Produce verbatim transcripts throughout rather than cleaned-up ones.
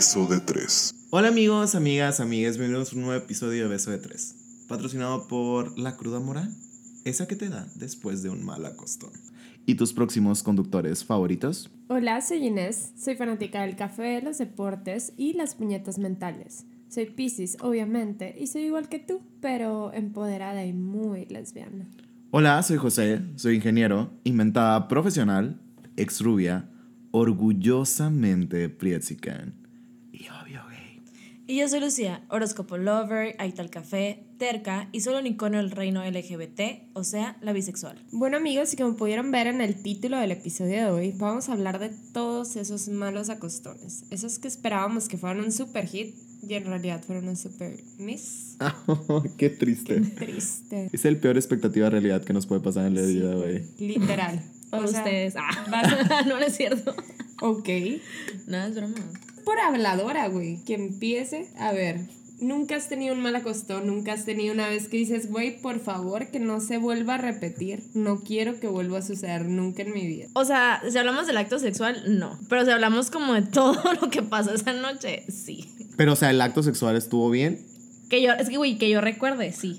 Beso de Tres. Hola amigos, amigas, amigues, bienvenidos a un nuevo episodio de Beso de Tres, patrocinado por La Cruda Moral, esa que te da después de un mal acostón. ¿Y tus próximos conductores favoritos? Hola, soy Inés, soy fanática del café, los deportes y las puñetas mentales. Soy Piscis, obviamente, y soy igual que tú, pero empoderada y muy lesbiana. Hola, soy José, soy ingeniero, inventada profesional, ex rubia, orgullosamente prietsican y obvio gay. Y yo soy Lucía, horóscopo lover, adicta al café, terca y solo un icono del reino L G B T, o sea, la bisexual. Bueno amigos, y como pudieron ver en el título del episodio de hoy, vamos a hablar de todos esos malos acostones, esos que esperábamos que fueran un super hit y en realidad fueron un super miss. Qué triste. Qué triste. Es el peor expectativa de realidad que nos puede pasar en la Sí, vida, güey. literal. O, O sea, ustedes. Ah, no, no es cierto. Ok. Nada, es broma. Por habladora, güey, que empiece. A ver, nunca has tenido un mal acostón, nunca has tenido una vez que dices, güey, por favor, que no se vuelva a repetir. No quiero que vuelva a suceder nunca en mi vida. O sea, si hablamos del acto sexual, no. Pero si hablamos como de todo lo que pasó esa noche, sí. Pero, o sea, ¿el acto sexual estuvo bien? Que yo, es que, güey, que yo recuerde, sí.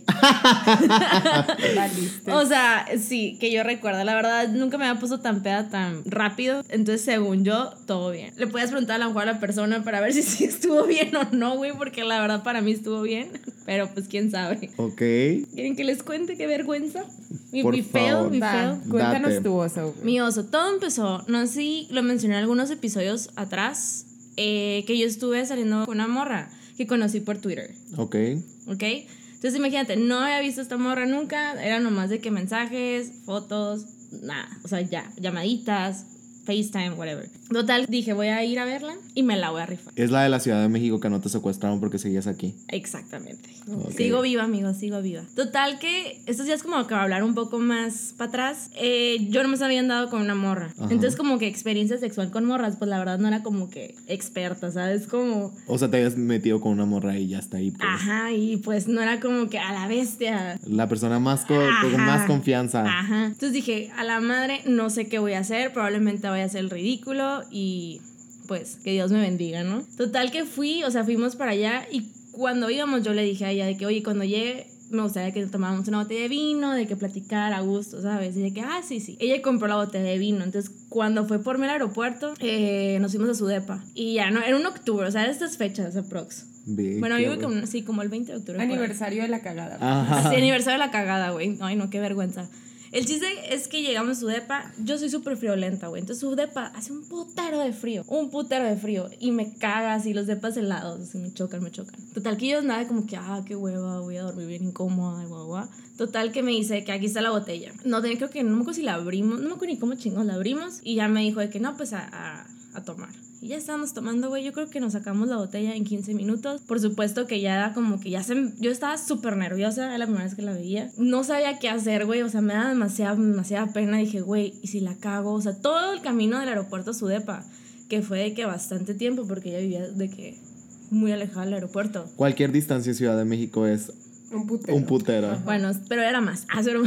Valiste. O sea, sí, que yo recuerde. La verdad, nunca me había puesto tan peda tan rápido. Entonces, según yo, todo bien. Le puedes preguntar a lo mejor a la persona para ver si sí estuvo bien o no, güey, porque la verdad para mí estuvo bien. Pero pues quién sabe. Ok. ¿Quieren que les cuente qué vergüenza? Mi, Por mi fail, favor. mi Va, fail. cuéntanos Date. tu oso, güey. Mi oso, todo empezó, no sé si lo mencioné en algunos episodios atrás, eh, que yo estuve saliendo con una morra que conocí por Twitter, Ok. ¿ok? Entonces imagínate, no había visto a esta morra nunca, era nomás de que mensajes, fotos, nada, o sea, ya, llamaditas, FaceTime, whatever. Total, dije, voy a ir a verla y me la voy a rifar. Es la de la Ciudad de México que no te secuestraron porque seguías aquí. Exactamente. Ok. Sigo viva, amigos, sigo viva. Total que estos días como que va a hablar un poco más para atrás. Eh, yo no me había andado con una morra. Ajá. Entonces como que experiencia sexual con morras, pues la verdad no era como que experta, ¿sabes? Como... O sea, te habías metido con una morra y ya está ahí, pues. Ajá, y pues no era como que a la bestia. La persona más co- Ajá. con más confianza. Ajá. Entonces dije, a la madre, no sé qué voy a hacer, probablemente voy a hacer el ridículo y pues que Dios me bendiga, ¿no? Total que fui, o sea, fuimos para allá y cuando íbamos yo le dije a ella de que, oye, cuando llegue me gustaría que tomáramos una botella de vino, de que platicar a gusto, ¿sabes? Y de que, ah, sí, sí. Ella compró la botella de vino, entonces cuando fue por mí al aeropuerto, eh, nos fuimos a su depa. Y ya, no, era un octubre, o sea, era estas fechas aprox. Ve, Bueno, qué yo creo bueno. que sí, como el veinte de octubre. por ahí. Aniversario de la cagada. Ajá. Sí, aniversario de la cagada, güey. Ay, no, qué vergüenza. El chiste es que llegamos a su depa. Yo soy súper friolenta, güey. Entonces su depa hace un putero de frío. Un putero de frío. Y me caga así los depas helados. Así me chocan, me chocan. Total que yo nada como que, ah, qué hueva, voy a dormir bien incómoda, guau, guau. Total que me dice que aquí está la botella. No, tenía, creo que no me acuerdo si la abrimos. No me acuerdo ni cómo chingos la abrimos. Y ya me dijo de que no, pues a, a, a tomar. Y ya estábamos tomando, güey. Yo creo que nos sacamos la botella en quince minutos. Por supuesto que ya era como que ya se... Yo estaba súper nerviosa. Era la primera vez que la veía. No sabía qué hacer, güey. O sea, me daba demasiada, demasiada pena. Dije, güey, ¿y si la cago? O sea, todo el camino del aeropuerto a su depa, que fue de que bastante tiempo, porque ella vivía de que muy alejada del aeropuerto. Cualquier distancia en Ciudad de México es Un putero. un putero. Bueno, pero era más. Ah, pero...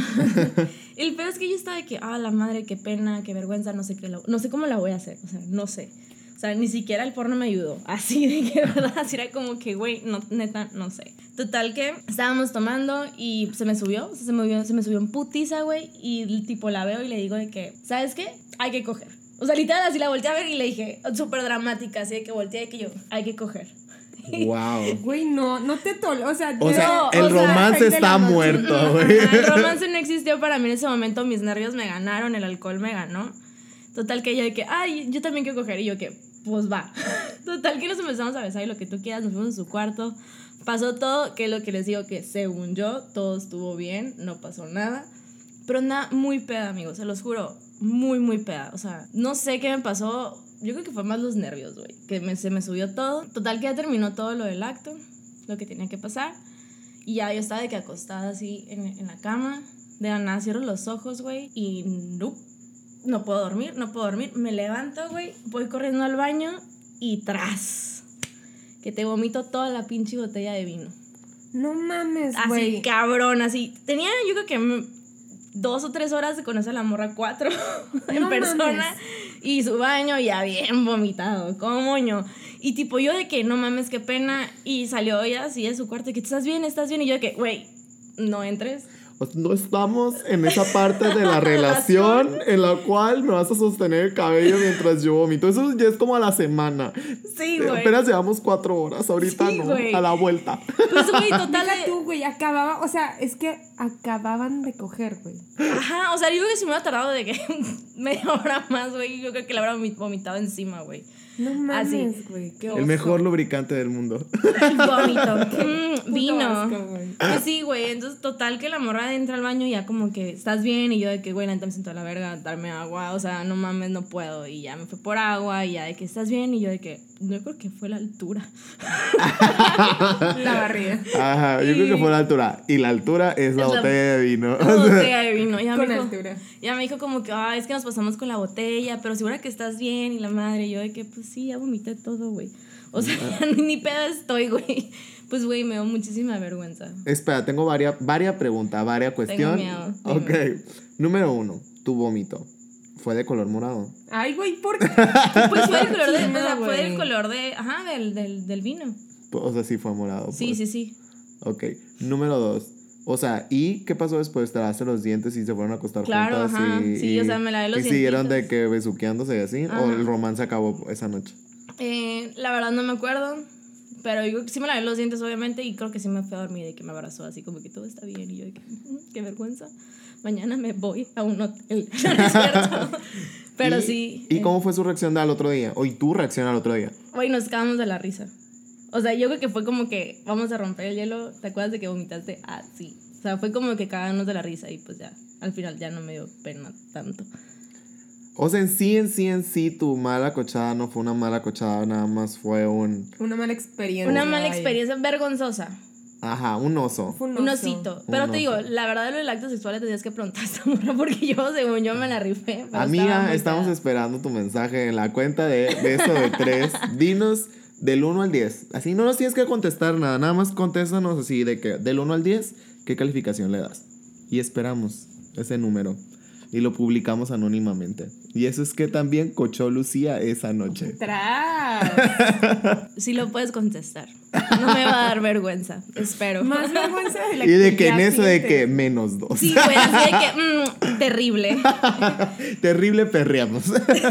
El peor es que yo estaba de que, ah, la madre, qué pena, qué vergüenza, no sé qué, la... no sé cómo la voy a hacer. O sea, no sé. O sea, ni siquiera el porno me ayudó. Así de que, ¿verdad? Así era como que, güey, no, neta, no sé. Total que estábamos tomando y se me subió, o sea, se me subió, se me subió en putiza, güey. Y tipo la veo y le digo de que, ¿sabes qué? Hay que coger. O sea, literal, así la volteé a ver y le dije, súper dramática, así de que volteé de que yo, hay que coger. Wow. Güey, no, no te tol... O sea, O sea, No, el o sea, romance seis de la está noche. muerto, güey. Ajá, el romance no existió para mí en ese momento, mis nervios me ganaron, el alcohol me ganó. Total que ella de que, ay, yo también quiero coger. Y yo que, pues va. Total que nos empezamos a besar y lo que tú quieras, nos fuimos a su cuarto. Pasó todo, que es lo que les digo, que según yo, todo estuvo bien, no pasó nada. Pero nada, muy peda, amigos, se los juro, muy, muy peda. O sea, no sé qué me pasó, yo creo que fue más los nervios, güey, que me, se me subió todo. Total que ya terminó todo lo del acto, lo que tenía que pasar. Y ya yo estaba de que acostada así en, en la cama. De la nada cierro los ojos, güey, y no, no puedo dormir, no puedo dormir. Me levanto, güey, voy corriendo al baño y tras, que te vomito toda la pinche botella de vino. No mames, Así, güey. cabrón, así. Tenía, yo creo que dos o tres horas se conoce a la morra, cuatro en No persona. mames. Y su baño ya bien vomitado, como moño. Y tipo yo de que no mames, qué pena. Y salió ella así de su cuarto y que estás bien, estás bien. Y yo de que, güey, no entres. O sea, no estamos en esa parte de la relación en la cual me vas a sostener el cabello mientras yo vomito. Eso ya es como a la semana. Sí, güey. Apenas llevamos cuatro horas. Ahorita Sí, no. güey. A la vuelta. Pues, güey, total Deja de... tú, güey, acababa, o sea, es que acababan de coger, güey. Ajá, o sea, yo creo que si me hubiera tardado de que media hora más, güey, yo creo que la habría vomi- vomitado encima, güey. No Así. mames, güey, qué oso. El mejor lubricante del mundo. El vómito. Mm, Puto vino. asco, güey. Pues sí, güey. Entonces, total que la morra entra al baño y ya como que estás bien. Y yo de que, güey, la neta me siento a la verga, darme agua. O sea, no mames, no puedo. Y ya me fui por agua y ya de que estás bien. Y yo de que, yo creo que fue la altura. La barriga. Ajá, yo creo que fue la altura. Y la altura es la Es la- botella de vino. La botella de vino. Ya Con me dijo, altura. ya me dijo como que, ah, es que nos pasamos con la botella, pero segura que estás bien. Y la madre, y yo de que, pues sí, ya vomité todo, güey. O sea, ya ni, ni pedo estoy, güey. Pues, güey, me dio muchísima vergüenza. Espera, tengo varias varias preguntas, varias cuestiones. miedo, Ok. dime. Número uno, tu vómito. ¿Fue de color morado? Ay, güey, ¿por qué? Pues fue el color de, o No, sea, fue el güey. color de, ajá, del, del, del vino. O sea, sí fue morado. Sí, pues. sí, sí. Ok. Número dos. O sea, ¿y qué pasó después? ¿Te lavaste los dientes y se fueron a acostar Claro, juntas? ajá. Y, Sí, y- o sea, me lavé los ¿Y siguieron de dientitos. que besuqueándose y así? ¿O Ajá. el romance acabó esa noche? Eh, la verdad no me acuerdo, pero yo sí me lavé los dientes, obviamente, y creo que sí me fui a dormir y que me abrazó así como que todo está bien. Y yo de que, "Mm, qué vergüenza. Mañana me voy a un hotel". No es cierto. Pero ¿Y, sí. ¿Y eh, cómo fue su reacción al otro día? ¿O y tu reacción al otro día? Güey, nos cagamos de la risa. O sea, yo creo que fue como que vamos a romper el hielo. ¿Te acuerdas de que vomitaste? Ah, sí. O sea, fue como que cagarnos de la risa y pues ya, al final ya no me dio pena tanto. O sea, en sí, en sí, en sí, tu mala cochada no fue una mala cochada, nada más fue un... Una mala experiencia. Una mala vaya. experiencia vergonzosa. Ajá, un oso. Fue un Un oso. osito. Pero Un te digo, oso. la verdad de lo del acto sexual le tenías que preguntar a esta morra porque yo, según yo, me la rifé. pero estaba Amiga, muy estamos peda. esperando tu mensaje en la cuenta de Beso de Tres. Dinos del uno al diez. Así no nos tienes que contestar nada, nada más contéstanos así de que del uno al diez, ¿qué calificación le das? Y esperamos ese número. Y lo publicamos anónimamente. Y eso es que también cochó Lucía esa noche. ¡Tras! Sí lo puedes contestar. No me va a dar vergüenza. Espero. Más vergüenza de la Y de que ya en eso de sientes. que menos dos. Sí, güey, así de que, mm, terrible. Terrible perreamos.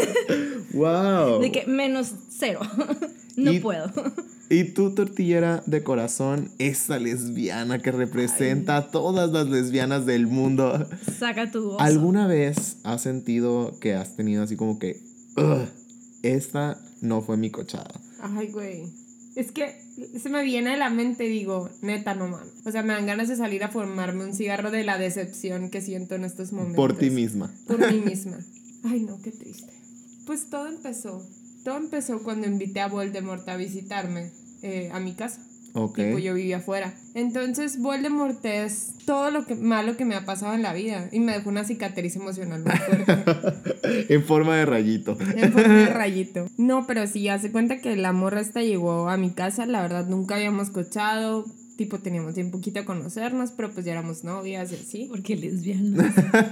Wow. De que menos cero. No Y- puedo. Y tu tortillera de corazón, esa lesbiana que representa a todas las lesbianas del mundo. Saca tu oso. ¿Alguna vez has sentido que has tenido así como que, "Ugh, esta no fue mi cochada"? Ay, güey. Es que se me viene a la mente y digo, neta, no mames. O sea, me dan ganas de salir a formarme un cigarro de la decepción que siento en estos momentos. Por ti misma. Por mí misma. Ay, no, qué triste. Pues todo empezó. Todo empezó cuando invité a Voldemort a visitarme eh, a mi casa. Ok. Tipo, yo vivía afuera. Entonces, Voldemort es todo lo que, malo que me ha pasado en la vida. Y me dejó una cicatriz emocional muy fuerte. En forma de rayito. En forma de rayito. No, pero sí, hace cuenta que la morra esta llegó a mi casa. La verdad, nunca habíamos cochado. Tipo, teníamos bien poquito a conocernos, pero pues ya éramos novias y así. Porque lesbiana.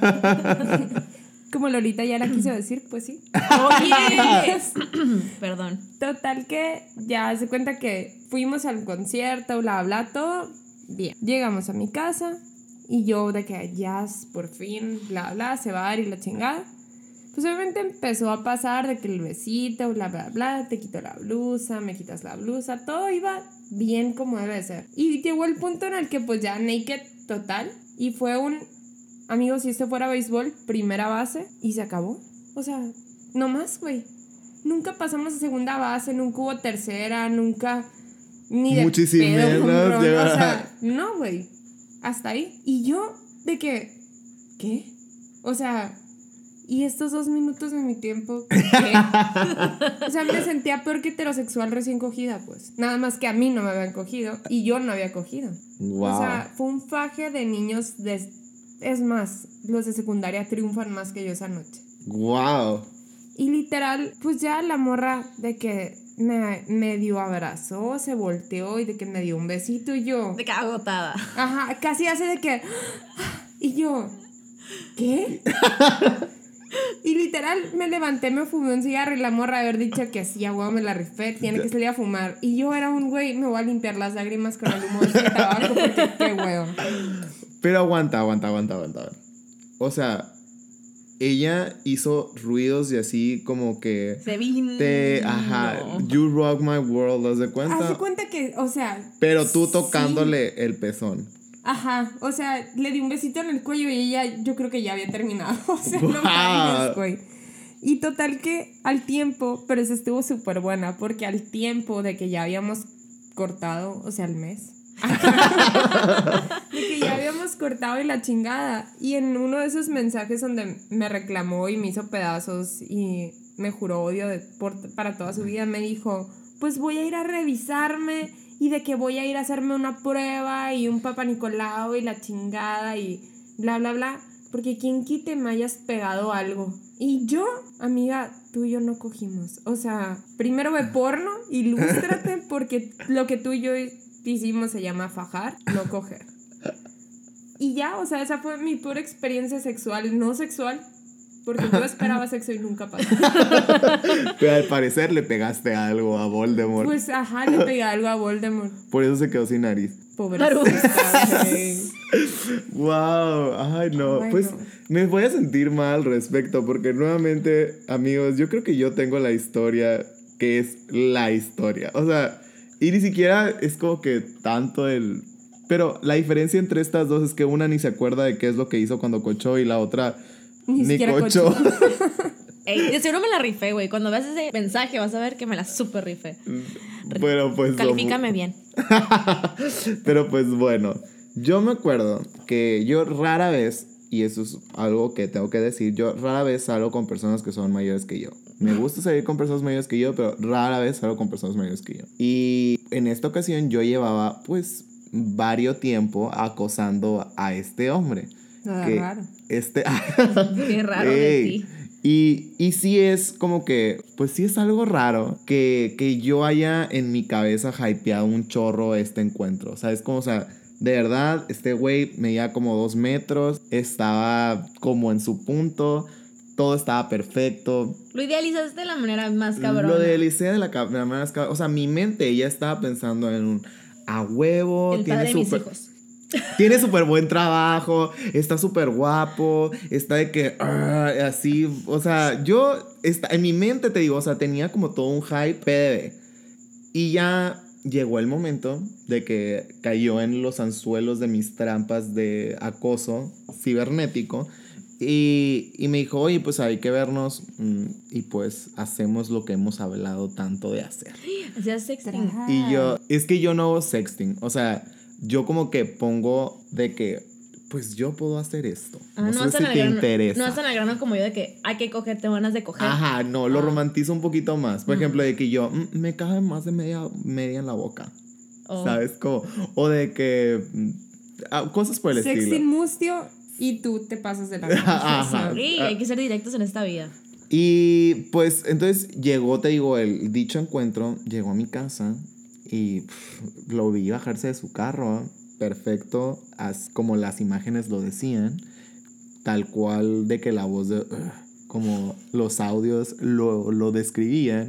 Como Lolita ya la quiso decir, pues sí. Oye. Perdón. Total que ya se cuenta que fuimos al concierto, bla, bla, todo bien. Llegamos a mi casa y yo de que ya por fin, bla, bla, se va a dar y la chingada. Pues obviamente empezó a pasar de que el besito, bla, bla, bla, te quito la blusa, me quitas la blusa, todo iba bien como debe ser. Y llegó el punto en el que pues ya naked total y fue un, amigos, si esto fuera béisbol, primera base y se acabó. O sea, no más, güey. Nunca pasamos a segunda base, nunca hubo tercera, nunca ni de Muchísimo pedo, menos home run, llegar o a- sea, no, güey. Hasta ahí. Y yo, de que, ¿qué? O sea, ¿y estos dos minutos de mi tiempo? ¿Qué? O sea, me sentía peor que heterosexual recién cogida, pues. Nada más que a mí no me habían cogido y yo no había cogido. Wow. O sea, fue un faje de niños de... Es más, los de secundaria triunfan más que yo esa noche. Wow. Y literal, pues ya la morra de que me, me dio abrazo, se volteó y de que me dio un besito y yo... De que agotada. Ajá, casi hace de que... Y yo... ¿Qué? Y literal me levanté, me fumé un cigarro y la morra haber dicho que sí, a huevo me la rifé, tiene que salir a fumar. Y yo era un güey, me voy a limpiar las lágrimas con el humo de este tabaco porque qué huevo. Pero aguanta, aguanta, aguanta, aguanta. O sea, ella hizo ruidos y así como que... Se vino. Te, ajá, you rock my world, ¿haz de cuenta? Haz de cuenta que, o sea... Pero tú tocándole sí. el pezón. Ajá, o sea, le di un besito en el cuello y ella, yo creo que ya había terminado. O sea, Wow. no mames, güey. Y total que al tiempo, pero eso estuvo súper buena, porque al tiempo de que ya habíamos cortado, o sea, al mes, de que ya habíamos cortado y la chingada. Y en uno de esos mensajes donde me reclamó y me hizo pedazos y me juró odio de, por, para toda su vida, me dijo, pues voy a ir a revisarme y de que voy a ir a hacerme una prueba y un papá Nicolau y la chingada y bla, bla, bla. Porque quien quite me hayas pegado algo. Y yo, amiga, tú y yo no cogimos. O sea, primero ve porno, ilústrate, porque lo que tú y yo hicimos se llama fajar, no coger. Y ya, o sea, esa fue mi pura experiencia sexual, no sexual, porque yo esperaba sexo y nunca pasó. Pero al parecer le pegaste algo a Voldemort. Pues ajá, le pegué algo a Voldemort. Por eso se quedó sin nariz. Pobrecita, güey. Wow, ay no, Ay, pues no. me voy a sentir mal al respecto porque nuevamente, amigos, yo creo que yo tengo la historia que es la historia. O sea, y ni siquiera es como que tanto el... Pero la diferencia entre estas dos es que una ni se acuerda de qué es lo que hizo cuando cochó y la otra Ni ni, siquiera cochó. Ey, de seguro me la rifé, güey. Cuando veas ese mensaje vas a ver que me la super rifé. Pero pues... Califícame bien. Pero pues bueno, yo me acuerdo que yo rara vez, y eso es algo que tengo que decir, yo rara vez salgo con personas que son mayores que yo. Me gusta salir con personas mayores que yo, pero rara vez salgo con personas mayores que yo. Y en esta ocasión yo llevaba pues varios tiempo acosando a este hombre. Nada que raro. Este... Qué raro de Ey. ti. Y, y sí es como que, pues sí es algo raro que, que yo haya en mi cabeza hypeado un chorro este encuentro. O sea, es como, o sea, de verdad, este güey medía como dos metros, estaba como en su punto, todo estaba perfecto. Lo idealizaste de la manera más cabrona. Lo idealicé de la, de la manera más cabrona. O sea, mi mente ya estaba pensando en un a huevo. El tiene padre de mis super, hijos. Tiene súper buen trabajo, está súper guapo, está de que, uh, así, o sea, yo, está, en mi mente te digo, o sea, tenía como todo un hype P D B. Y ya llegó el momento de que cayó en los anzuelos de mis trampas de acoso cibernético. Y, y me dijo, oye, pues hay que vernos mm, y pues hacemos lo que hemos hablado tanto de hacer. Hacías sexting. Y yo, es que yo no hago sexting, o sea, yo como que pongo de que, pues yo puedo hacer esto. Ah, no, no sé vas si tan al te grano- interesa. No vas tan al grano como yo de que hay que coger, te ganas de coger. Ajá, no, lo Ah. romantizo un poquito más. Por Mm. ejemplo, de que yo, mm, me cabe más de media, media en la boca. Oh. ¿Sabes? Como, o de que, mm, ah, cosas por el Sexy estilo. mustio y tú te pasas de la Ajá. Sí, hay que ser directos en esta vida. Y pues entonces llegó, te digo, el dicho encuentro, llegó a mi casa y pff, lo vi bajarse de su carro, perfecto, as, como las imágenes lo decían, tal cual de que la voz de, uh, como los audios lo, lo describían.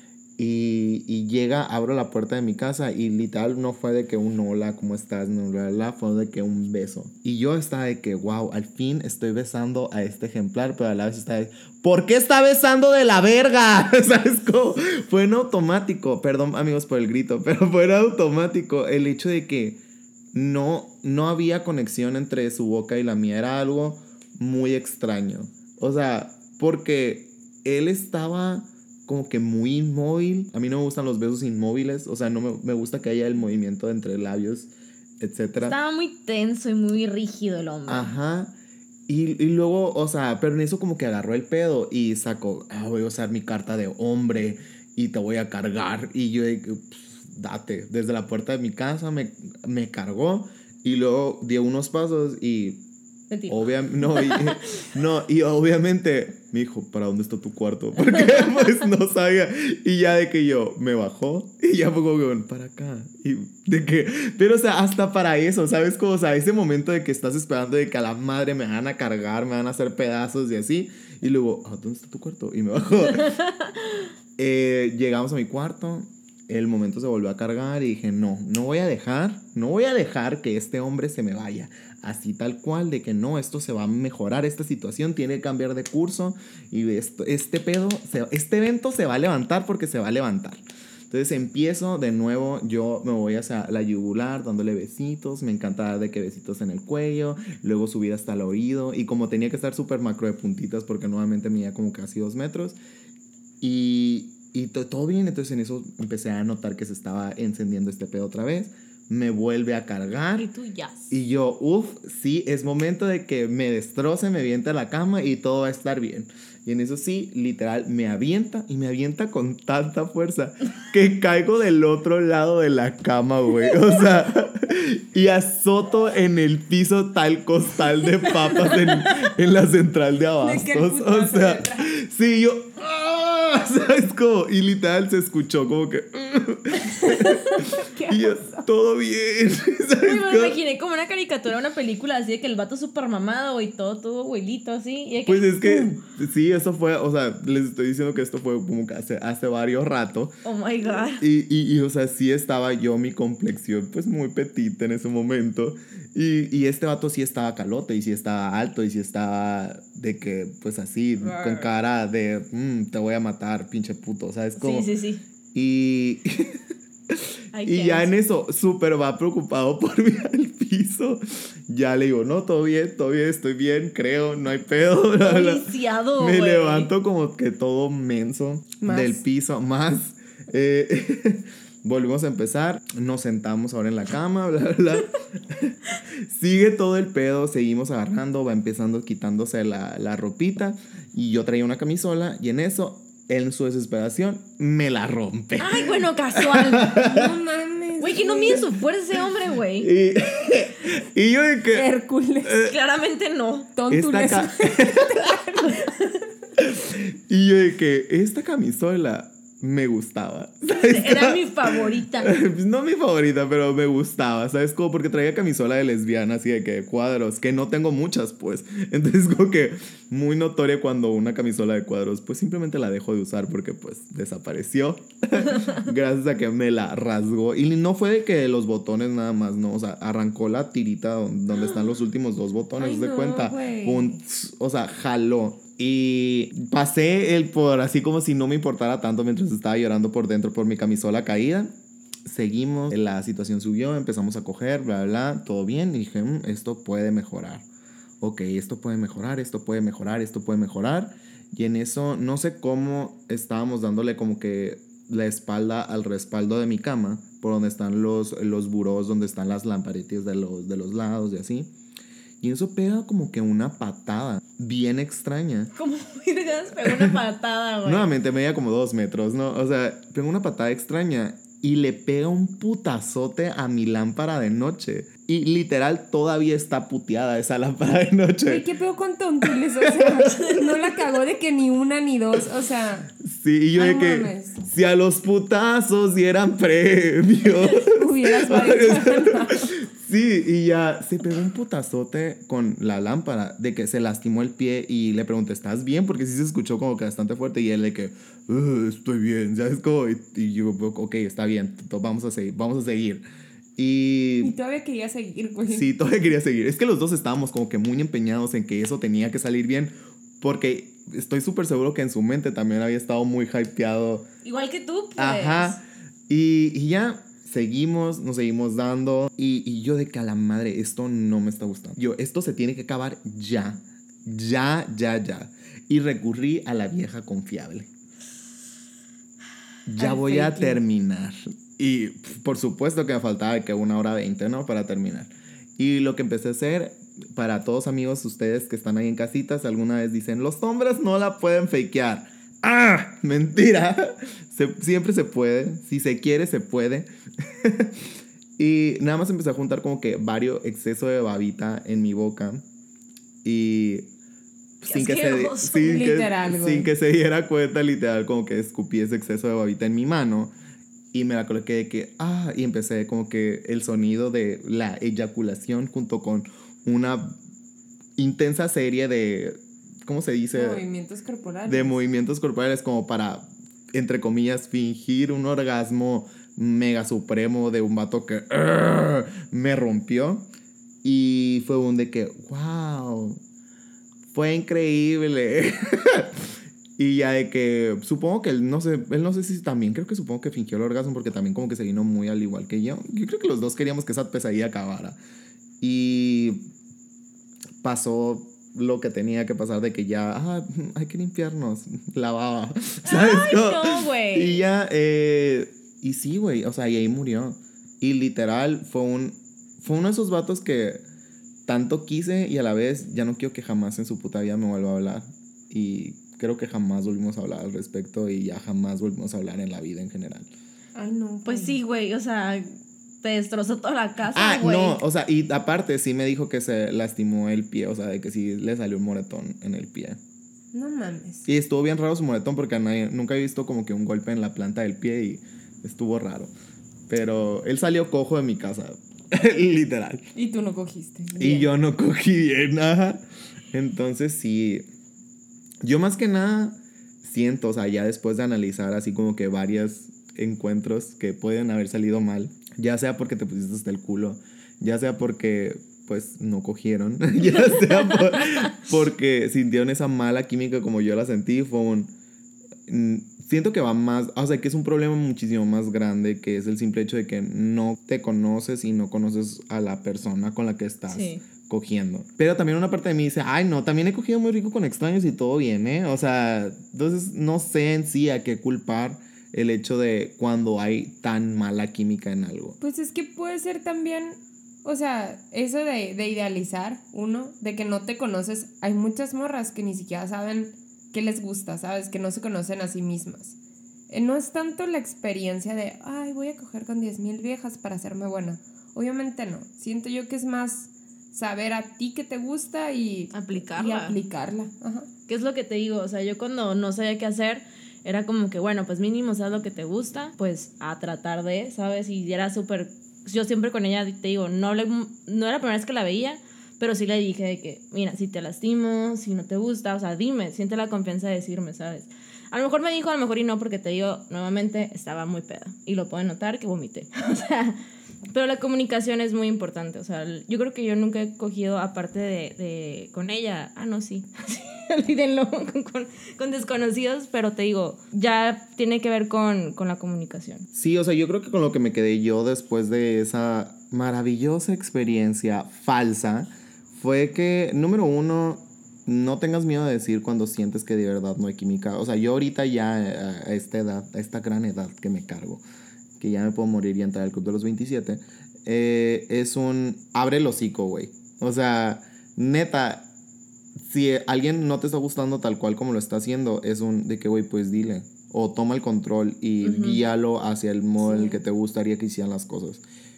Y, y llega, abro la puerta de mi casa y literal no fue de que un hola, ¿cómo estás? No, bla, bla, fue de que un beso. Y yo estaba de que, wow, al fin estoy besando a este ejemplar, pero a la vez estaba de, ¿por qué está besando de la verga? ¿Sabes cómo? Fue en automático, perdón amigos por el grito, pero fue en automático el hecho de que no, no había conexión entre su boca y la mía, era algo muy extraño. O sea, porque él estaba como que muy inmóvil. A mí no me gustan los besos inmóviles. O sea, no me, me gusta que haya el movimiento entre labios, etcétera. Estaba muy tenso y muy rígido el hombre. Ajá. Y, y luego, o sea, pero en eso como que agarró el pedo y sacó, ah, voy a usar mi carta de hombre y te voy a cargar. Y yo, pff, date. Desde la puerta de mi casa me, me cargó y luego dio unos pasos y Mentira. Obvia- no, y, no, y obviamente me dijo, ¿para dónde está tu cuarto? Porque pues no sabía. Y ya de que yo me bajó y ya fue como que, bueno, para acá. Y de que, pero o sea, hasta para eso, ¿sabes? Como, o sea, ese momento de que estás esperando de que a la madre me van a cargar, me van a hacer pedazos y así. Y luego, ¿a dónde está tu cuarto? Y me bajó. eh, llegamos a mi cuarto. El momento se volvió a cargar y dije, no, no voy a dejar, no voy a dejar que este hombre se me vaya. Así tal cual, de que no, esto se va a mejorar, esta situación tiene que cambiar de curso y esto, este pedo, se, este evento se va a levantar porque se va a levantar. Entonces empiezo de nuevo, yo me voy hacia la yugular dándole besitos, me encanta dar de que besitos en el cuello, luego subir hasta el oído y como tenía que estar súper macro de puntitas porque nuevamente medía como casi dos metros y... Y to- todo bien, entonces en eso empecé a notar que se estaba encendiendo este pedo otra vez. Me vuelve a cargar. Y tú ya. Y yo, uff, sí, es momento de que me destroce, me avienta a la cama y todo va a estar bien. Y en eso sí, literal, me avienta y me avienta con tanta fuerza que caigo del otro lado de la cama, güey. O sea, y azoto en el piso tal costal de papas en, en la central de abastos. O sea, sí, yo... ¿Sabes cómo? Y literal se escuchó como que... y yo, todo bien. ¿Sabes Uy, me cómo? imaginé como una caricatura, una película así de que el vato súper mamado y todo, todo abuelito así. Y de que, Pues es que, ¡pum! sí, eso fue, o sea, les estoy diciendo que esto fue como que hace, hace varios rato. Oh my God. Y, y, y, o sea, sí estaba yo, mi complexión, pues muy petita en ese momento. Y, y este vato sí estaba calote, y sí estaba alto, y sí estaba de que, pues así, con cara de, mmm, te voy a matar, pinche puto, ¿sabes? Como, Sí, sí, sí. Y, Ay, y qué ya oso. en eso, súper va preocupado por mí al piso. Ya le digo, no, todo bien, todo bien, estoy bien, creo, no hay pedo. Bla, bla. Lisiado, Me güey. levanto como que todo menso Más. del piso, más. Eh, volvimos a empezar, nos sentamos ahora en la cama, bla, bla. Sigue todo el pedo, seguimos agarrando, va empezando quitándose la, la ropita. Y yo traía una camisola y en eso, en su desesperación, me la rompe. Ay, bueno, casual. No mames. Güey, que no mide su fuerza ese hombre, güey. Y, y yo de que... Hércules. Claramente no. Esta Tontules. ca- y yo de que esta camisola me gustaba. ¿Sabes? Era mi favorita. Pues no mi favorita, pero me gustaba, ¿sabes? Como porque traía camisola de lesbiana, así de que cuadros, que no tengo muchas, pues. Entonces, como que muy notoria cuando una camisola de cuadros, pues simplemente la dejo de usar porque, pues, desapareció. Gracias a que me la rasgó. Y no fue de que los botones nada más, no. O sea, arrancó la tirita donde, donde están los últimos dos botones, Ay, ¿de no, cuenta? güey. Un, o sea, jaló. Y pasé el por así como si no me importara tanto mientras estaba llorando por dentro por mi camisola caída. Seguimos, la situación subió, empezamos a coger, bla, bla, bla, todo bien. Y dije, "Mm, esto puede mejorar. Ok, esto puede mejorar, esto puede mejorar, esto puede mejorar. Y en eso, no sé cómo estábamos dándole como que la espalda al respaldo de mi cama, por donde están los, los burós, donde están las lamparitas de los, de los lados y así. Y eso pega como que una patada bien extraña. Como virgas, pegó una patada, güey. Nuevamente medía como dos metros, ¿no? O sea, pega una patada extraña y le pega un putazote a mi lámpara de noche. Y literal todavía está puteada esa lámpara de noche. Güey, ¿qué pedo con tontules? O sea, no la cagó de que ni una ni dos. O sea, Sí, y yo Ay, de que mames. si a los putazos dieran premios. hubieras valido. Sí, y ya se pegó un putazote con la lámpara de que se lastimó el pie y le pregunté, ¿estás bien? Porque sí se escuchó como que bastante fuerte y él de que, "Uh, estoy bien", ¿sabes? Como, y, y yo, ok, está bien, t- vamos a seguir, vamos a seguir. Y Y todavía quería seguir, güey. sí, todavía quería seguir. Es que los dos estábamos como que muy empeñados en que eso tenía que salir bien porque estoy súper seguro que en su mente también había estado muy hypeado. Igual que tú, pues. Ajá. Y, y ya seguimos, nos seguimos dando. Y, y yo de que a la madre, esto no me está gustando. Yo, esto se tiene que acabar ya. Ya, ya, ya. Y recurrí a la vieja confiable. Ya Al voy a faking. terminar. Y pf, por supuesto que me faltaba que una hora veinte, ¿no? Para terminar. Y lo que empecé a hacer, para todos amigos, ustedes que están ahí en casitas, alguna vez dicen, los hombres no la pueden fakear. ¡Ah! Mentira. Se- siempre se puede. Si se quiere, se puede. Y nada más empecé a juntar como que varios exceso de babita en mi boca. y Qué sin que, se, asqueroso. sin, Literal, que, güey. sin que se diera cuenta, literal, como que escupí ese exceso de babita en mi mano y me la coloqué de que, ah, y empecé como que el sonido de la eyaculación junto con una intensa serie de, ¿cómo se dice? Movimientos corporales. De movimientos corporales como para, entre comillas, fingir un orgasmo mega supremo de un vato que uh, me rompió. Y fue un de que, wow, fue increíble. Y ya de que, supongo que él no sé, él no sé si también, creo que supongo que fingió el orgasmo porque también como que se vino muy al igual que yo. Yo creo que los dos queríamos que esa pesadilla acabara. Y pasó lo que tenía que pasar de que ya, ah, hay que limpiarnos, lavaba, ¿sabes? Ay, no, güey. Y ya, eh, y sí, güey, o sea, y ahí murió. Y literal fue un, fue uno de esos vatos que tanto quise y a la vez ya no quiero que jamás en su puta vida me vuelva a hablar. Y creo que jamás volvimos a hablar al respecto y ya jamás volvimos a hablar en la vida en general. Ay, no. Pues sí, güey, o sea, te destrozó toda la casa, Ah, güey. no, o sea, y aparte sí me dijo que se lastimó el pie, o sea, de que sí le salió un moretón en el pie. No mames. Y estuvo bien raro su moretón porque nadie, nunca he visto como que un golpe en la planta del pie y estuvo raro. Pero él salió cojo de mi casa, literal. Y tú no cogiste. Y Bien. yo no cogí bien, ajá. Entonces sí, yo más que nada siento, o sea, ya después de analizar así como que varios encuentros que pueden haber salido mal, ya sea porque te pusiste hasta el culo, ya sea porque pues no cogieron, ya sea por, porque sintieron esa mala química como yo la sentí, fue un... Siento que va más, o sea, que es un problema muchísimo más grande, que es el simple hecho de que no te conoces y no conoces a la persona con la que estás Sí. cogiendo. Pero también una parte de mí dice, ay, no, también he cogido muy rico con extraños y todo bien, ¿eh? O sea, entonces no sé en sí a qué culpar el hecho de cuando hay tan mala química en algo. Pues es que puede ser también, o sea, eso de, de idealizar, uno, de que no te conoces. Hay muchas morras que ni siquiera saben qué les gusta, ¿sabes? Que no se conocen a sí mismas. Eh, no es tanto la experiencia de, ay, voy a coger con diez mil viejas para hacerme buena. Obviamente no. Siento yo que es más saber a ti qué te gusta y Aplicarla. Y aplicarla. Ajá. ¿Qué es lo que te digo? O sea, yo cuando no sabía qué hacer, era como que, bueno, pues mínimo sabes lo que te gusta, pues a tratar de, ¿sabes? Y era súper... Yo siempre con ella, te digo, no hablé, no era la primera vez que la veía, pero sí le dije de que, mira, si te lastimo, si no te gusta, o sea, dime, siente la confianza de decirme, ¿sabes? A lo mejor me dijo, a lo mejor y no, porque te digo, nuevamente, estaba muy peda. Y lo pueden notar que vomité. O sea, pero la comunicación es muy importante. O sea, yo creo que yo nunca he cogido, aparte de, de con ella, ah, no, sí, olvídenlo, con, con, con desconocidos, pero te digo, ya tiene que ver con, con la comunicación. Sí, o sea, yo creo que con lo que me quedé yo después de esa maravillosa experiencia falsa fue que, número uno, no tengas miedo de decir cuando sientes que de verdad no hay química. O sea, yo ahorita ya a esta edad, a esta gran edad que me cargo, que ya me puedo morir y entrar al club de los veintisiete, eh, es un abre el hocico, güey. O sea, neta, si alguien no te está gustando tal cual como lo está haciendo, es un de que, güey, pues dile. O toma el control y uh-huh. guíalo hacia el modo sí. en el que te gustaría que hicieran las cosas.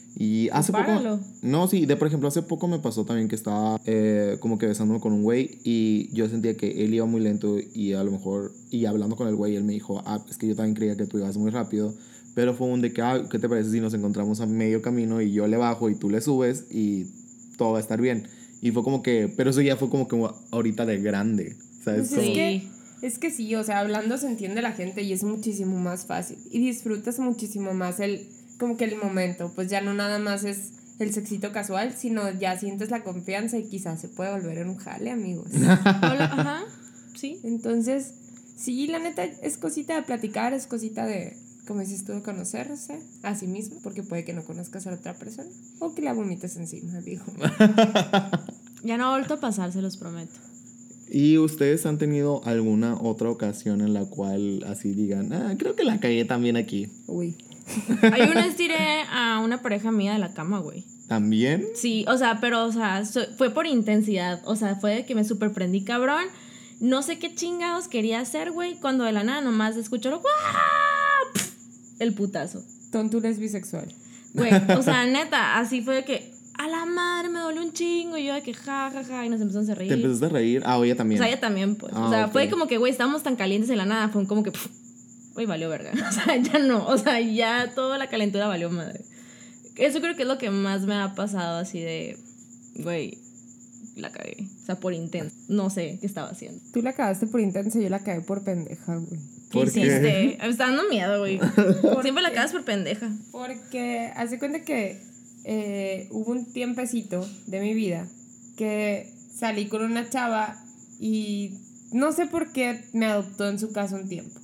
Y hace Páralo. poco... No, sí, de por ejemplo, hace poco me pasó también que estaba eh, como que besándome con un güey y yo sentía que él iba muy lento y a lo mejor... Y hablando con el güey, él me dijo, ah, es que yo también creía que tú ibas muy rápido. Pero fue un de que, ah, ¿qué te parece si nos encontramos a medio camino y yo le bajo y tú le subes y todo va a estar bien? Y fue como que... Pero eso ya fue como que ahorita de grande, ¿sabes? Pues es que... Es que sí, o sea, hablando se entiende la gente y es muchísimo más fácil. Y disfrutas muchísimo más el... Como que el momento, pues ya no nada más es el sexito casual, sino ya sientes la confianza y quizás se puede volver en un jale, amigos. Hola, ajá, sí. Entonces, sí, la neta es cosita de platicar, es cosita de, como dices tú, de conocerse a sí mismo, porque puede que no conozcas a la otra persona o que la vomites encima, digo. Ya no ha vuelto a pasar, se los prometo. ¿Y ustedes han tenido alguna otra ocasión en la cual así digan, ah, creo que la cagué también aquí? Uy. Hay una vez tiré a una pareja mía de la cama, güey. ¿También? Sí, o sea, pero, o sea, fue por intensidad. O sea, fue de que me super prendí cabrón. No sé qué chingados quería hacer, güey. Cuando de la nada nomás escucho lo... el putazo. Tonto, eres bisexual. Güey, o sea, neta, así fue de que... a la madre, me dolió un chingo. Y yo de que ja, ja, ja, y nos empezamos a reír. ¿Te empezaste a reír? Ah, o ella también. O sea, ella también, pues. Ah, o sea, ok. fue como que, güey, estábamos tan calientes en la nada. Fue como que, pff, güey, valió verga. O sea, ya no. O sea, ya toda la calentura valió madre. Eso creo que es lo que más me ha pasado así de, güey, la cagué. O sea, por intenso. No sé qué estaba haciendo. Tú la cagaste por intenso, yo la cagué por pendeja, güey. ¿Qué ¿Por qué? hiciste? Me está dando miedo, güey. Siempre la cagas por pendeja. Porque hace cuenta que eh, hubo un tiempecito de mi vida que salí con una chava y no sé por qué me adoptó en su casa un tiempo.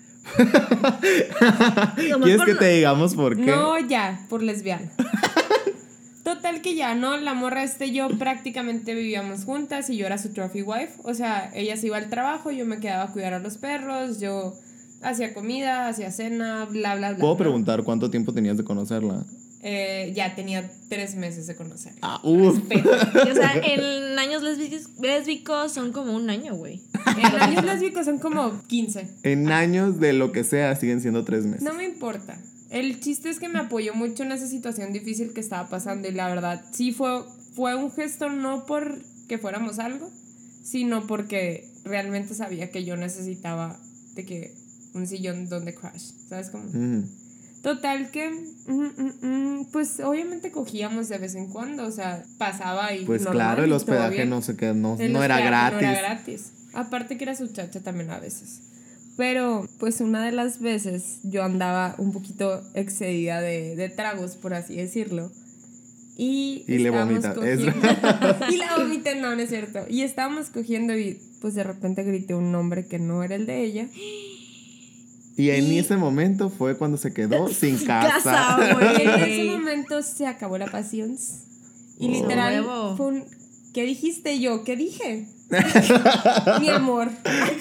¿Quieres que te digamos por qué? No, ya, por lesbiana. Total que ya, ¿no? La morra este y yo prácticamente vivíamos juntas y yo era su trophy wife. O sea, ella se iba al trabajo, yo me quedaba a cuidar a los perros, yo hacía comida, hacía cena, bla, bla, bla. ¿Puedo bla. preguntar cuánto tiempo tenías de conocerla? Eh, ya tenía tres meses de conocerla. Ah, uff. O sea, en años lésbicos, lésbicos son como un año, güey. En años lésbicos son como quince. En años de lo que sea siguen siendo tres meses. No me importa. El chiste es que me apoyó mucho en esa situación difícil que estaba pasando y la verdad sí fue, fue un gesto no por que fuéramos algo, sino porque realmente sabía que yo necesitaba de que un sillón donde crash, ¿sabes cómo? Mm. Total que, mm, mm, mm, pues obviamente cogíamos de vez en cuando, o sea, pasaba y Pues normal claro, el y todo hospedaje bien. no sé qué, no, El no era hospedaje gratis. No era gratis. Aparte que era su chacha también a veces. Pero, pues una de las veces yo andaba un poquito excedida de, de tragos, por así decirlo. Y, Y le estábamos vomita. cogiendo- Es- y la vomité, no, no es cierto. Y estábamos cogiendo y pues de repente grité un nombre que no era el de ella. Y en Y- ese momento fue cuando se quedó sin Casa, casa. güey. Y en ese momento se acabó la pasión. Y Oh. literal Huevo. fue un... ¿Qué dijiste yo? ¿Qué dije? Mi amor.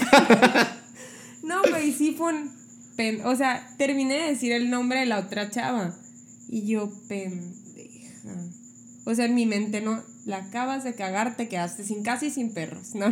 No, güey, sí fue un... pen- O sea, terminé de decir el nombre de la otra chava. Y yo, pendeja. O sea, en mi mente, ¿no? La acabas de cagar, te quedaste sin casa y sin perros, ¿no?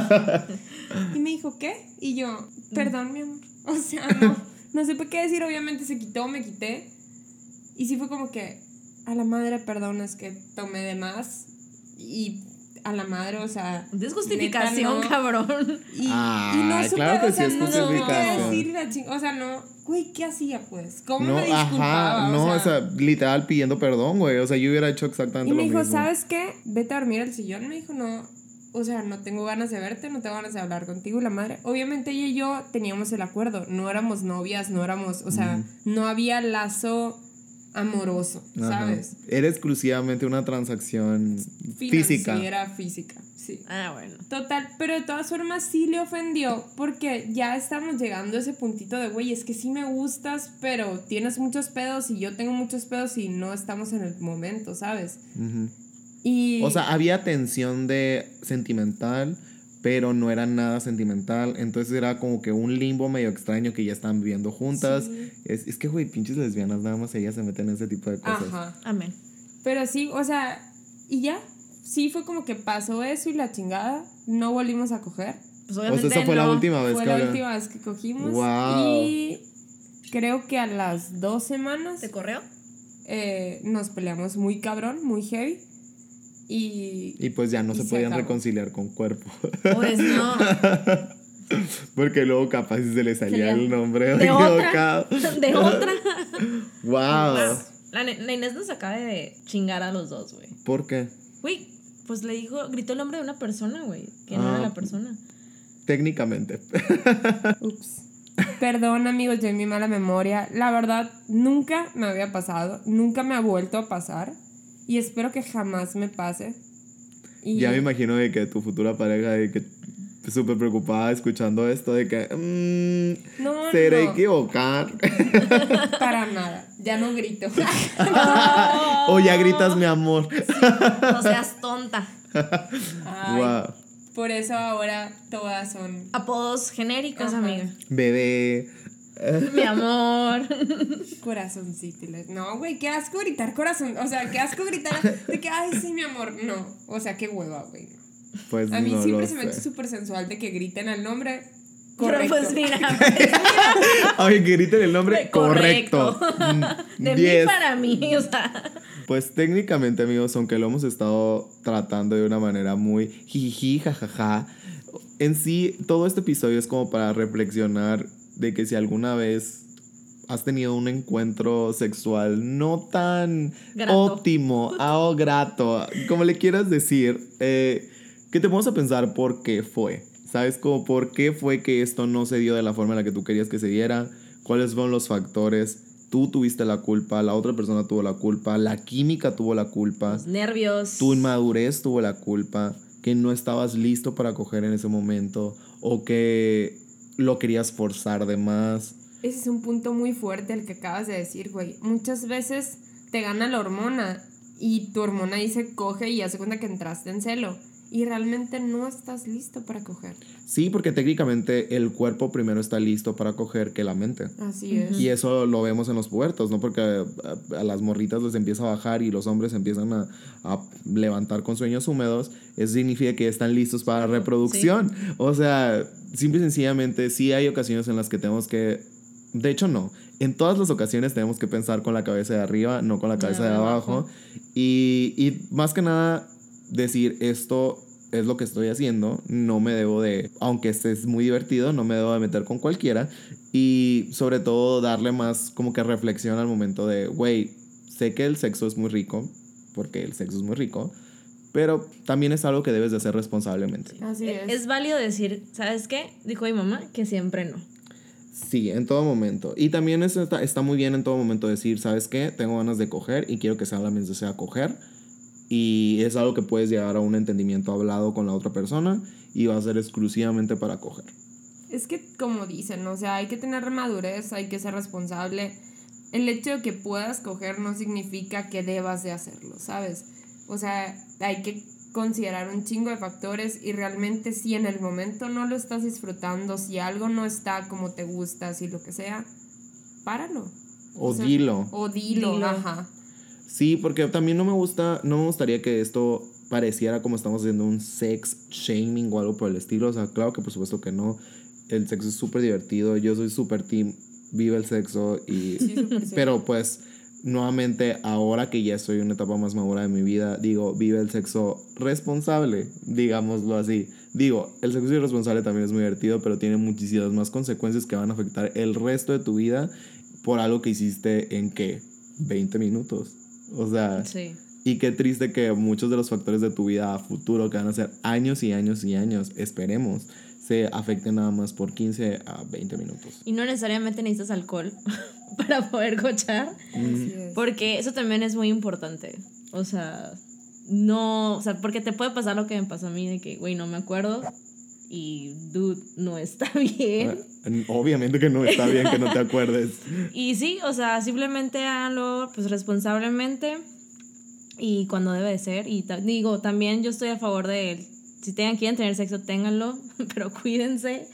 Y me dijo, ¿qué? Y yo, perdón, mi amor. O sea, no, no sé por qué decir, obviamente se quitó, me quité. Y sí fue como que, a la madre, perdón, es que tomé de más. Y a la madre, o sea... Desjustificación, neta, no. cabrón. Y, Ah, y no supe, claro que o sea, sí es no supe qué justificación. decir, la ching- o sea, no, güey, ¿qué hacía, pues? ¿Cómo No, me disculpaba? ajá, no, o sea, literal pidiendo perdón, güey. O sea, yo hubiera hecho exactamente y lo me dijo, mismo. ¿sabes qué? Vete a dormir al sillón. Me dijo, no, o sea, no tengo ganas de verte, no tengo ganas de hablar contigo. Y la madre, obviamente ella y yo teníamos el acuerdo, no éramos novias, no éramos, o sea, no había lazo amoroso, Ajá. ¿sabes? Era exclusivamente una transacción física. Financiera, física, sí. Ah, bueno. Total, pero de todas formas sí le ofendió porque ya estamos llegando a ese puntito de, güey, es que sí me gustas, pero tienes muchos pedos y yo tengo muchos pedos y no estamos en el momento, ¿sabes? Ujú. Y... O sea, había tensión de sentimental, pero no era nada sentimental. Entonces era como que un limbo medio extraño que ya estaban viviendo juntas. Sí. Es, es que, güey, pinches lesbianas, nada más ellas se meten en ese tipo de cosas. Ajá. Amén. Pero sí, o sea, y ya, sí fue como que pasó eso y la chingada, no volvimos a coger. Pues O obviamente sea, esa fue la no. última vez Fue que la había- última vez que cogimos. Wow. Y creo que a las dos semanas ¿Te corrió? eh, nos peleamos muy cabrón, muy heavy. Y, Y pues ya no Y se se podían acabó. reconciliar con cuerpo. Pues no. Porque luego capaz si se le salía Sería el nombre de equivocado. otra. De otra. Wow. La, Ne- la Inés nos acaba de chingar a los dos, güey. ¿Por qué? Güey, pues le dijo, gritó el nombre de una persona, güey. Que no Ah. era la persona. Técnicamente. ups. Perdón, amigos, yo en mi mala memoria. La verdad, nunca me había pasado. Nunca me ha vuelto a pasar. Y espero que jamás me pase. Y Ya me imagino de que tu futura pareja de que súper preocupada escuchando esto de que mmm, No, seré no. equivocar. Para nada. Ya no grito. O ya gritas mi amor. No seas tonta. Ay, Wow. por eso ahora todas son Apodos genéricos, Ajá. amiga. Bebé. Mi amor. corazoncitos. No, güey, qué asco gritar corazón. O sea, qué asco gritar de que, ay, sí, mi amor. No. O sea, qué hueva, güey. Pues A mí no siempre lo se me ha hecho sé. súper sensual de que griten el nombre. Pero Correcto. pues mira, Oye, que griten el nombre correcto. Correcto. Mm, de diez. mí para mí, o sea. Pues técnicamente, amigos, aunque lo hemos estado tratando de una manera muy jijiji, jajaja, en sí, todo este episodio es como para reflexionar de que si alguna vez has tenido un encuentro sexual no tan Grato. óptimo ah, o grato, como le quieras decir, eh, que te vamos a pensar por qué fue. ¿Sabes? Como por qué fue que esto no se dio de la forma en la que tú querías que se diera, cuáles fueron los factores. Tú tuviste la culpa, la otra persona tuvo la culpa, la química tuvo la culpa, Los nervios. tu inmadurez tuvo la culpa, que no estabas listo para coger en ese momento o que lo querías forzar de más. Ese es un punto muy fuerte el que acabas de decir, güey. Muchas veces te gana la hormona y tu hormona dice coge y hace cuenta que entraste en celo. Y realmente no estás listo para coger. Sí, porque técnicamente el cuerpo primero está listo para coger que la mente. Así es. Y eso lo vemos en los pubertos, ¿no? Porque a, a las morritas les empieza a bajar y los hombres empiezan a, a levantar con sueños húmedos. Eso significa que están listos para la reproducción. Sí. O sea, simple y sencillamente sí hay ocasiones en las que tenemos que... De hecho, no. En todas las ocasiones tenemos que pensar con la cabeza de arriba, no con la cabeza de, de abajo. abajo. Y, y más que nada, decir esto es lo que estoy haciendo. No me debo de, aunque este es muy divertido, no me debo de meter con cualquiera. Y sobre todo darle más como que reflexión al momento de, güey, sé que el sexo es muy rico, porque el sexo es muy rico, pero también es algo que debes de hacer responsablemente. Así es. Es válido decir, ¿sabes qué? Dijo mi mamá que siempre no. Sí, en todo momento. Y también es, está, está muy bien en todo momento decir, ¿sabes qué? Tengo ganas de coger y quiero que solamente sea coger. Y es algo que puedes llegar a un entendimiento hablado con la otra persona y va a ser exclusivamente para coger. Es que, como dicen, o sea, hay que tener madurez, hay que ser responsable. El hecho de que puedas coger no significa que debas de hacerlo, ¿sabes? O sea, hay que considerar un chingo de factores y realmente si en el momento no lo estás disfrutando, si algo no está como te gusta, si lo que sea, páralo. O, o sea, dilo. O dilo, dilo. ajá. Sí, porque también no me gusta, no me gustaría que esto pareciera como estamos haciendo un sex shaming o algo por el estilo. O sea, claro que por supuesto que no. El sexo es súper divertido. Yo soy súper team, vive el sexo. Y, sí, súper sí. Pero pues, nuevamente, ahora que ya estoy en una etapa más madura de mi vida, digo, vive el sexo responsable, digámoslo así. Digo, el sexo irresponsable también es muy divertido, pero tiene muchísimas más consecuencias que van a afectar el resto de tu vida por algo que hiciste en, ¿qué? veinte minutos. O sea, sí. Y qué triste que muchos de los factores de tu vida a futuro, que van a ser años y años y años, esperemos, se afecten nada más por quince a veinte minutos. Y no necesariamente necesitas alcohol para poder gochar, Mm. porque eso también es muy importante. O sea, no, o sea, porque te puede pasar lo que me pasó a mí, de que, güey, no me acuerdo y, dude, no está bien. Obviamente que no está bien que no te acuerdes. Y sí, o sea, simplemente háganlo pues responsablemente y cuando debe de ser. Y ta- digo, también yo estoy a favor de, si tengan, quieren tener sexo, ténganlo, pero cuídense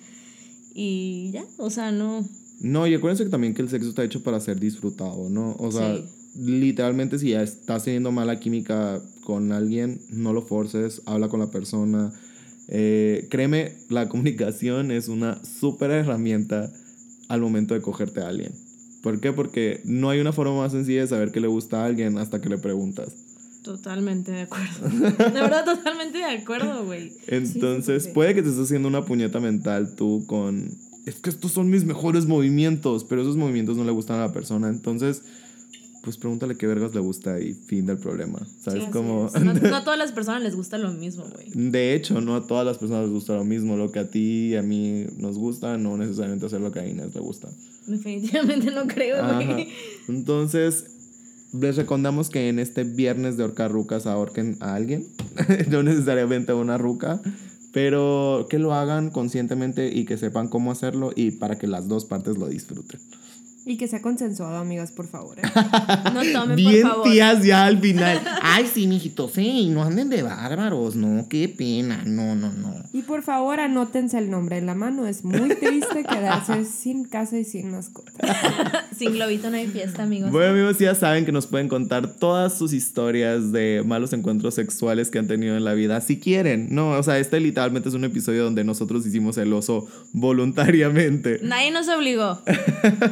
y ya, o sea, no. No, y acuérdense que también que el sexo está hecho para ser disfrutado, ¿no? O sea, Sí. literalmente si ya estás teniendo mala química con alguien, no lo forces, habla con la persona. Eh, créeme, la comunicación es una súper herramienta al momento de cogerte a alguien. ¿Por qué? Porque no hay una forma más sencilla de saber que le gusta a alguien hasta que le preguntas. Totalmente de acuerdo. De verdad, totalmente de acuerdo, güey. Entonces, Sí, sí, sí. puede que te estés haciendo una puñeta mental tú con... Es que estos son mis mejores movimientos, pero esos movimientos no le gustan a la persona. Entonces, pues pregúntale qué vergas le gusta y fin del problema. ¿Sabes? Sí, Como... así No, no a todas las personas les gusta lo mismo, güey. De hecho, no a todas las personas les gusta lo mismo. Lo que a ti y a mí nos gusta, no necesariamente hacer lo que a Inés le gusta. Definitivamente no creo, Ajá. güey. Entonces, les recomendamos que en este viernes de ahorcar rucas ahorquen a alguien. No necesariamente a una ruca, pero que lo hagan conscientemente y que sepan cómo hacerlo y para que las dos partes lo disfruten. Y que sea consensuado, amigas, por favor. ¿eh? No tomen, Bien por favor. tías ya al final. Ay, sí, mijitos, sí, no anden de bárbaros, no, qué pena, no, no, no. Y por favor, anótense el nombre en la mano. Es muy triste quedarse sin casa y sin mascota. Sin globito no hay fiesta, amigos. Bueno, amigos, ya saben que nos pueden contar todas sus historias de malos encuentros sexuales que han tenido en la vida, si quieren. No, o sea, este literalmente es un episodio donde nosotros hicimos el oso voluntariamente. Nadie nos obligó.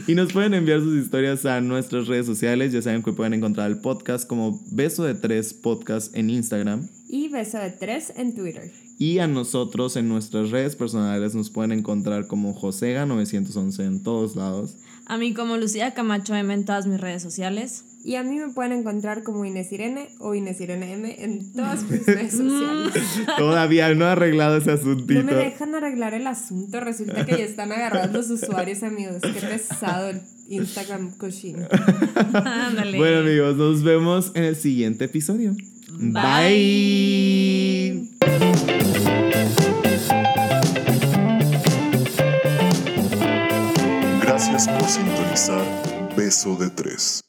Y nos pueden enviar sus historias a nuestras redes sociales. Ya saben que pueden encontrar el podcast como Beso de Tres Podcast en Instagram. Y Beso de Tres en Twitter. Y a nosotros en nuestras redes personales nos pueden encontrar como Josega novecientos once en todos lados. A mí como Lucía Camacho M en todas mis redes sociales. Y a mí me pueden encontrar como Inés Irene o Inés Irene M en todas mis redes sociales. Todavía no he arreglado ese asuntito. No me dejan arreglar el asunto. Resulta que ya están agarrando los usuarios, amigos. Qué pesado el Instagram cochino. Ándale. Bueno, amigos, nos vemos en el siguiente episodio. Bye. Bye. Gracias por sintonizar Beso de Tres.